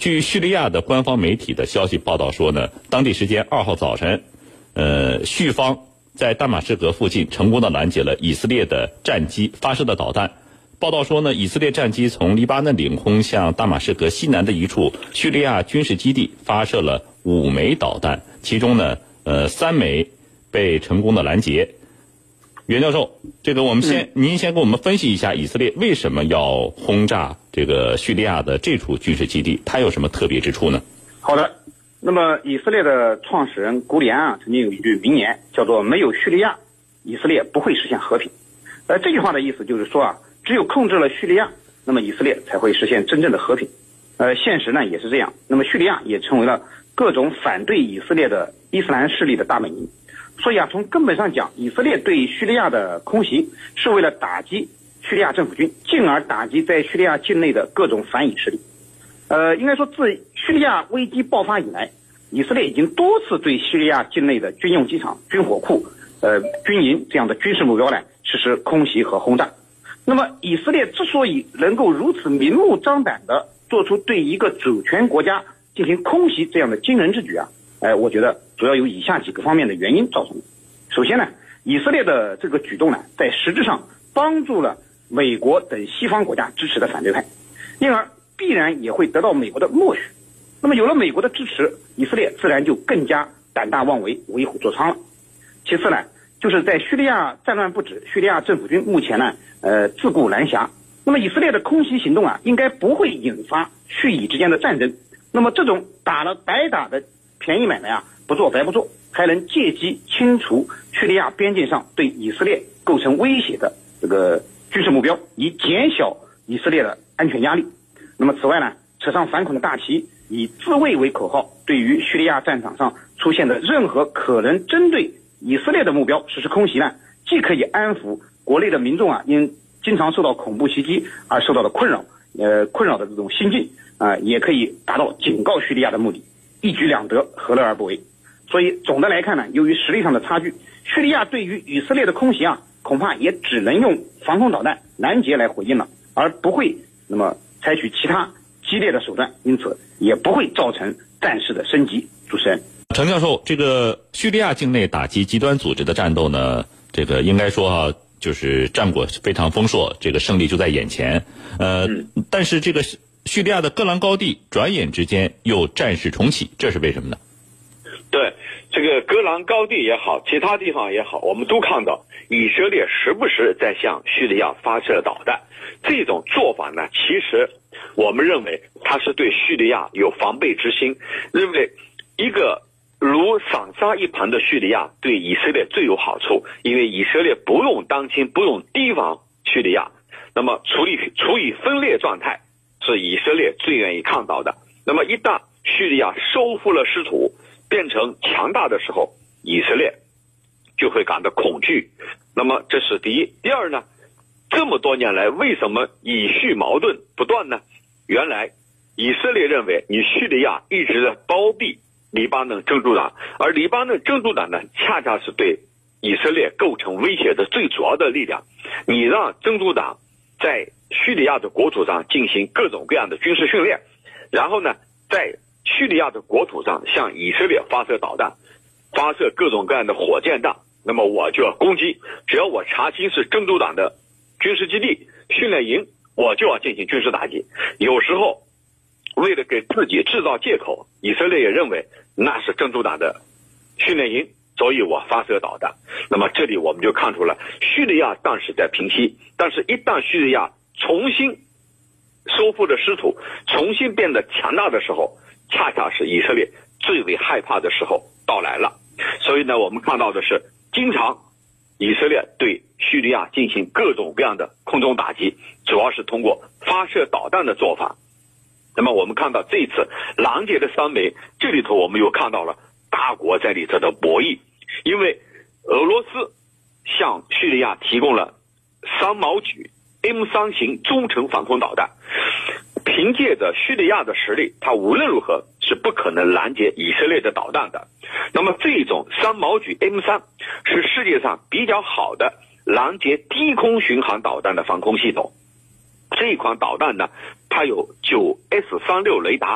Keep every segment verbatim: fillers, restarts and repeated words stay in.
据叙利亚的官方媒体的消息报道说呢，当地时间二号早晨，呃，叙方在大马士革附近成功的拦截了以色列的战机发射的导弹。报道说呢，以色列战机从黎巴嫩领空向大马士革西南的一处叙利亚军事基地发射了五枚导弹，其中呢，呃，三枚被成功的拦截。袁教授，这个我们先、嗯、您先给我们分析一下以色列为什么要轰炸这个叙利亚的这处军事基地，它有什么特别之处呢？ 好的，那么以色列的创始人古里安啊，曾经有一句名言叫做没有叙利亚，以色列不会实现和平。呃，这句话的意思就是说啊，只有控制了叙利亚，那么以色列才会实现真正的和平。呃，现实呢也是这样，那么叙利亚也成为了各种反对以色列的伊斯兰势力的大本营。所以啊，从根本上讲，以色列对叙利亚的空袭是为了打击叙利亚政府军，进而打击在叙利亚境内的各种反以势力。呃，应该说自叙利亚危机爆发以来，以色列已经多次对叙利亚境内的军用机场、军火库、呃军营这样的军事目标呢实施空袭和轰炸。那么以色列之所以能够如此明目张胆的做出对一个主权国家进行空袭这样的惊人之举啊，呃，我觉得主要有以下几个方面的原因造成的。首先呢，以色列的这个举动呢，在实质上帮助了美国等西方国家支持的反对派，因而必然也会得到美国的默许。那么有了美国的支持，以色列自然就更加胆大妄为、为虎作伥了。其次呢，就是在叙利亚战乱不止，叙利亚政府军目前呢，呃，自顾难暇。那么以色列的空袭行动啊，应该不会引发叙以之间的战争。那么这种打了白打的便宜买卖啊，不做白不做，还能借机清除叙利亚边境上对以色列构成威胁的这个军事目标，以减小以色列的安全压力。那么此外呢，扯上反恐的大旗，以自卫为口号，对于叙利亚战场上出现的任何可能针对以色列的目标实施空袭呢，既可以安抚国内的民众啊因经常受到恐怖袭击而受到的困扰，呃困扰的这种心境啊、呃，也可以达到警告叙利亚的目的，一举两得，何乐而不为？所以总的来看呢，由于实力上的差距，叙利亚对于以色列的空袭啊，恐怕也只能用防空导弹拦截来回应了，而不会那么采取其他激烈的手段，因此也不会造成战事的升级。主持人程教授，这个叙利亚境内打击极端组织的战斗呢，这个应该说啊，就是战果非常丰硕，这个胜利就在眼前。呃，嗯、但是这个叙利亚的戈兰高地转眼之间又战事重启，这是为什么呢？ 对，这个戈兰高地也好，其他地方也好，我们都看到以色列时不时在向叙利亚发射导弹。这种做法呢，其实我们认为它是对叙利亚有防备之心，认为一个如散沙一盘的叙利亚对以色列最有好处，因为以色列不用担心，不用提防叙利亚，那么处理处于分裂状态是以色列最愿意看到的。那么一旦叙利亚收复了失土，变成强大的时候，以色列就会感到恐惧。那么这是第一。第二呢，这么多年来为什么以叙矛盾不断呢？原来以色列认为你叙利亚一直在包庇黎巴嫩真主党，而黎巴嫩真主党呢，恰恰是对以色列构成威胁的最主要的力量。你让真主党在叙利亚的国土上进行各种各样的军事训练，然后呢，在叙利亚的国土上向以色列发射导弹，发射各种各样的火箭弹，那么我就要攻击，只要我查清是真主党的军事基地、训练营，我就要进行军事打击。有时候为了给自己制造借口，以色列也认为那是真主党的训练营，所以我发射导弹。那么这里我们就看出了叙利亚当时在平息，但是一旦叙利亚重新收复了失土，重新变得强大的时候，恰恰是以色列最为害怕的时候到来了。所以呢，我们看到的是经常以色列对叙利亚进行各种各样的空中打击，主要是通过发射导弹的做法。那么我们看到这一次拦截的三枚，这里头我们又看到了大国在里头的博弈，因为俄罗斯向叙利亚提供了三毛举 M 三 型中程反空导弹，凭借着叙利亚的实力，它无论如何是不可能拦截以色列的导弹的。那么这种三毛举 M 三 是世界上比较好的拦截低空巡航导弹的防空系统。这款导弹呢，它有 九 S 三六 雷达，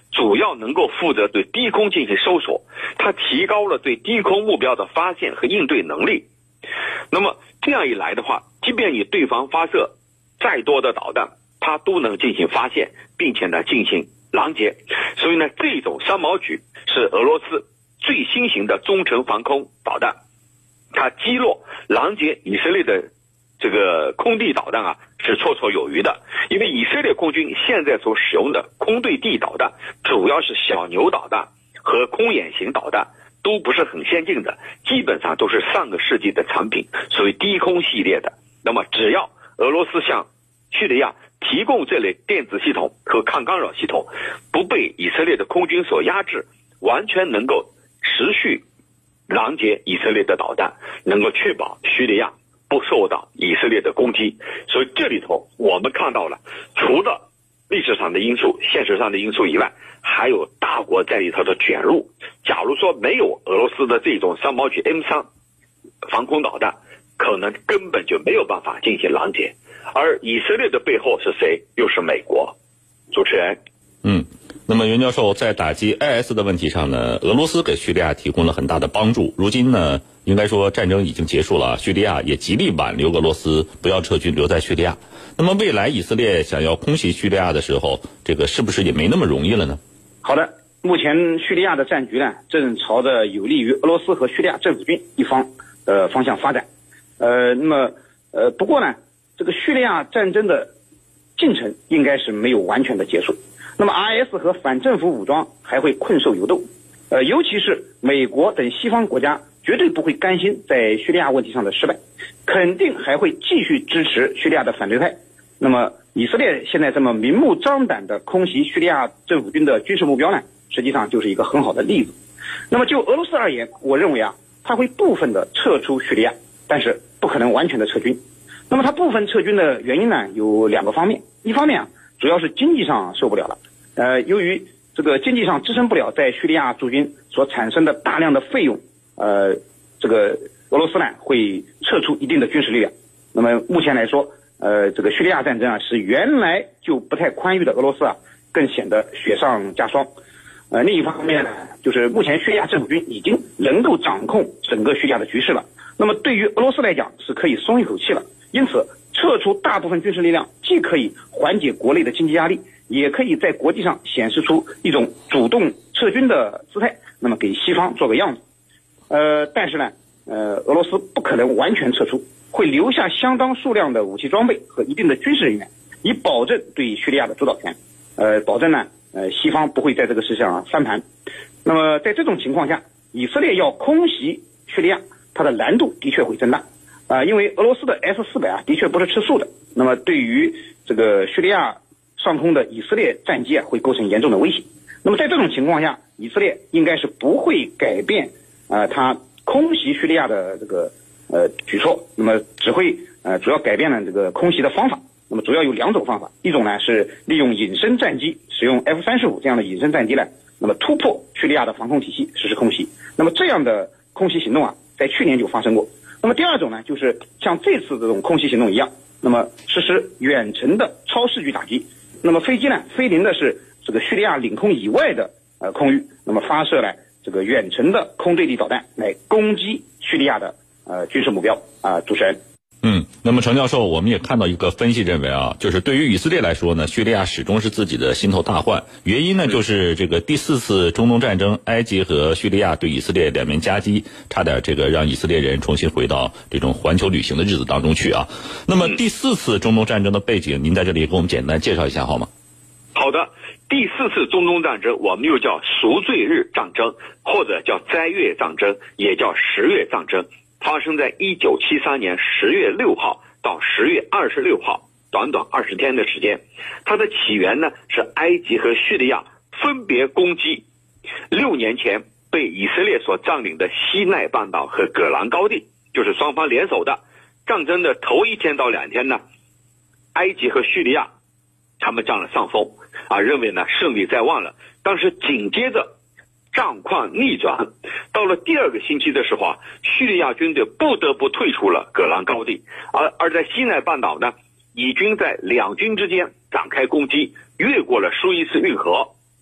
主要能够负责对低空进行搜索，它提高了对低空目标的发现和应对能力。那么这样一来的话，即便你对方发射再多的导弹，它都能进行发现，并且呢进行拦截。所以呢，这种三毛举是俄罗斯最新型的中程防空导弹，它击落拦截以色列的这个空地导弹啊是绰绰有余的。因为以色列空军现在所使用的空对地导弹主要是小牛导弹和空眼型导弹，都不是很先进的，基本上都是上个世纪的产品，属于低空系列的。那么只要俄罗斯向叙利亚提供这类电子系统和抗干扰系统，不被以色列的空军所压制，完全能够持续拦截以色列的导弹，能够确保叙利亚不受到以色列的攻击。所以这里头我们看到了，除了历史上的因素、现实上的因素以外，还有大国在里头的卷入。假如说没有俄罗斯的这种三毛举 M 三 防空导弹，可能根本就没有办法进行拦截。而以色列的背后是谁？又是美国。主持人， 嗯，那么袁教授在打击 I S 的问题上呢，俄罗斯给叙利亚提供了很大的帮助。如今呢，应该说战争已经结束了，叙利亚也极力挽留俄罗斯不要撤军留在叙利亚。那么未来以色列想要空袭叙利亚的时候，这个是不是也没那么容易了呢？ 好的，目前叙利亚的战局呢，正朝着有利于俄罗斯和叙利亚政府军一方的方向发展。呃，那么呃，不过呢，这个叙利亚战争的进程应该是没有完全的结束。那么 I S 和反政府武装还会困兽犹斗，呃，尤其是美国等西方国家绝对不会甘心在叙利亚问题上的失败，肯定还会继续支持叙利亚的反对派。那么以色列现在这么明目张胆的空袭叙利亚政府军的军事目标呢，实际上就是一个很好的例子。那么就俄罗斯而言，我认为啊，他会部分的撤出叙利亚，但是不可能完全的撤军。那么他部分撤军的原因呢，有两个方面。一方面啊，主要是经济上受不了了，呃，由于这个经济上支撑不了在叙利亚驻军所产生的大量的费用，呃，这个俄罗斯呢会撤出一定的军事力量。那么目前来说，呃，这个叙利亚战争啊，使原来就不太宽裕的俄罗斯啊，更显得雪上加霜。呃，另一方面呢，就是目前叙利亚政府军已经能够掌控整个叙利亚的局势了。那么对于俄罗斯来讲是可以松一口气了。因此，撤出大部分军事力量，既可以缓解国内的经济压力，也可以在国际上显示出一种主动撤军的姿态，那么给西方做个样子。呃，但是呢，呃，俄罗斯不可能完全撤出，会留下相当数量的武器装备和一定的军事人员，以保证对叙利亚的主导权。呃，保证呢，呃，西方不会在这个事项上翻盘。那么在这种情况下，以色列要空袭叙利亚，它的难度的确会增大。啊、呃，因为俄罗斯的 S 四百 啊，的确不是吃素的。那么对于这个叙利亚上空的以色列战机啊，会构成严重的威胁。那么在这种情况下，以色列应该是不会改变呃它空袭叙利亚的这个呃举措，那么只会呃主要改变了这个空袭的方法。那么主要有两种方法，一种呢是利用隐身战机，使用 F 三十五 这样的隐身战机呢，那么突破叙利亚的防空体系实施空袭。那么这样的空袭行动啊，在去年就发生过。那么第二种呢，就是像这次这种空袭行动一样，那么实施远程的超视距打击。那么飞机呢，飞临的是这个叙利亚领空以外的呃空域，那么发射了这个远程的空对地导弹来攻击叙利亚的呃军事目标啊、呃。主持人。 嗯，那么程教授，我们也看到一个分析认为啊，就是对于以色列来说呢，叙利亚始终是自己的心头大患。原因呢，就是这个第四次中东战争，埃及和叙利亚对以色列两面夹击，差点这个让以色列人重新回到这种环球旅行的日子当中去啊。那么第四次中东战争的背景，您在这里给我们简单介绍一下好吗？ 好的，第四次中东战争我们又叫赎罪日战争，或者叫斋月战争，也叫十月战争。发生在一九七三年十月六号到十月二十六号，短短二十天的时间。它的起源呢是埃及和叙利亚分别攻击六年前被以色列所占领的西奈半岛和戈兰高地，就是双方联手的。战争的头一天到两天呢，埃及和叙利亚他们占了上风啊，认为呢胜利在望了。但是紧接着战况逆转，到了第二个星期的时候啊，叙利亚军队不得不退出了戈兰高地，而而在西奈半岛呢，以军在两军之间展开攻击，越过了苏伊士运河，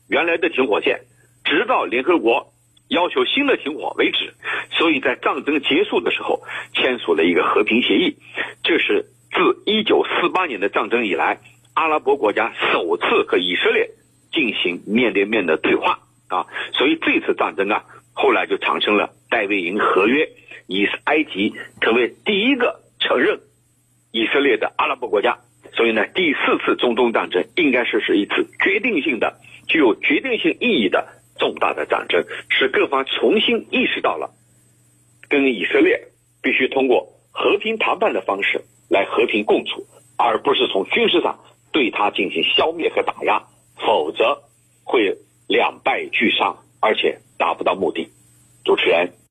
原来的停火线，直到联合国要求新的停火为止。所以在战争结束的时候签署了一个和平协议，这是自一九四八年的战争以来，阿拉伯国家首次和以色列进行面对面的对话啊。所以这次战争啊，后来就产生了戴维营合约，以埃及成为第一个承认以色列的阿拉伯国家。所以呢，第四次中东战争应该是是一次决定性的、具有决定性意义的重大的战争，使各方重新意识到了跟以色列必须通过和平谈判的方式来和平共处，而不是从军事上对他进行消灭和打压，否则会两败俱伤，而且达不到目的。主持人。